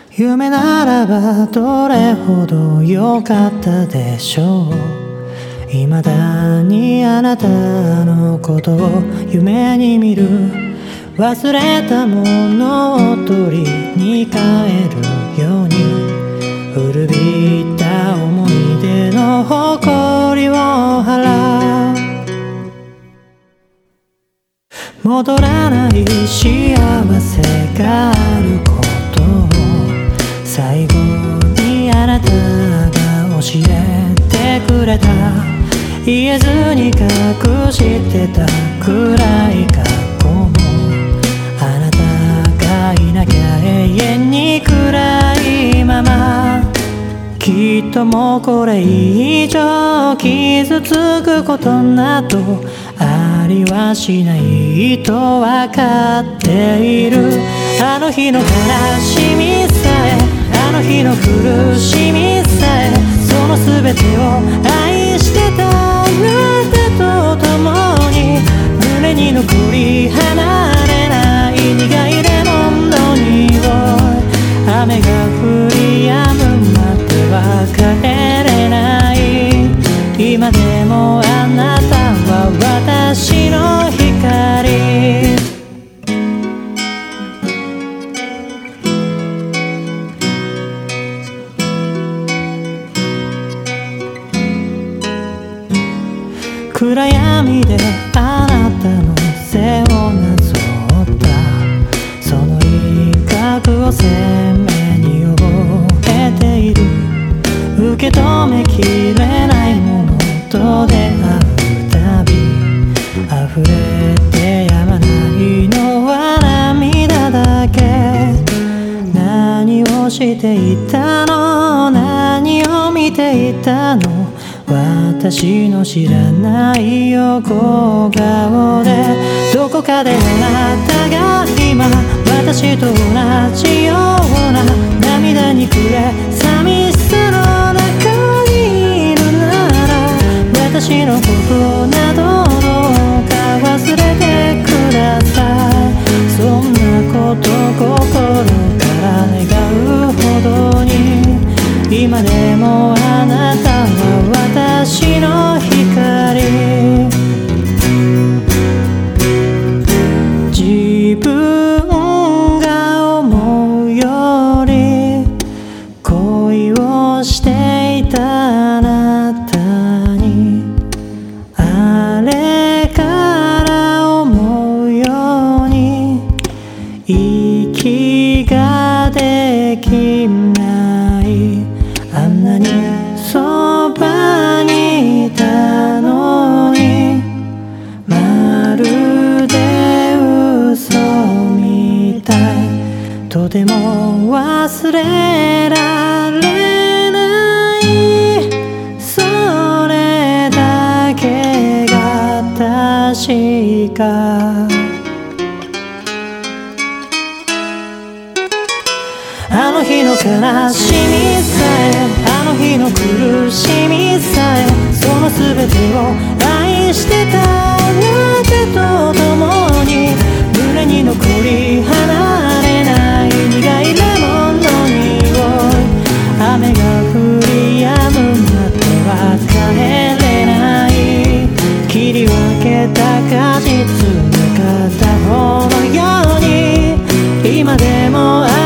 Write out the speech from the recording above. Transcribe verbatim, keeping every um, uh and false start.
夢ならばどれほど良かったでしょう。未だにあなたのことを夢に見る。忘れたものを取りに帰るように、古びった思い出の誇りを払う。戻らない幸せがあることを最後にあなたが教えてくれた。言えずに隠してた暗い過去も、あなたがいなきゃ永遠に暗いまま。きっともうこれ以上傷つくことなどありはしないとわかっている。あの日の悲しみさえ、あの日の苦しみさえ、その全てを愛してたあなたと共に、胸に残り離れない苦いレモンの匂い。雨が降り止むまでは帰れない。今でもあなたは私の光。暗闇であなたの背をなぞった、その威嚇を鮮明に覚えている。受け止めきれないものと出会うたび、溢れてやまないのは涙だけ。何をしていたの、何を見ていたの、私の知らない横顔で。どこかであなたが今私と同じような涙に暮れ寂しさの中にいるなら、私のことなどどうか忘れてください。そんなこと心から願うほどに、今でもあなたは私の光。自分が思うより恋をしていたあなたに、あれから思うように息ができない。あんなにそばにいたのに、まるで嘘みたい。とても忘れられない、それだけが確か。あの日の悲しみさえ、あの日の苦しみさえ、その全てを愛してたあなたと共に、胸に残り離れない苦いレモンの匂い。雨が降り止むまでは帰れない。切り分けた果実の片方のように、今でも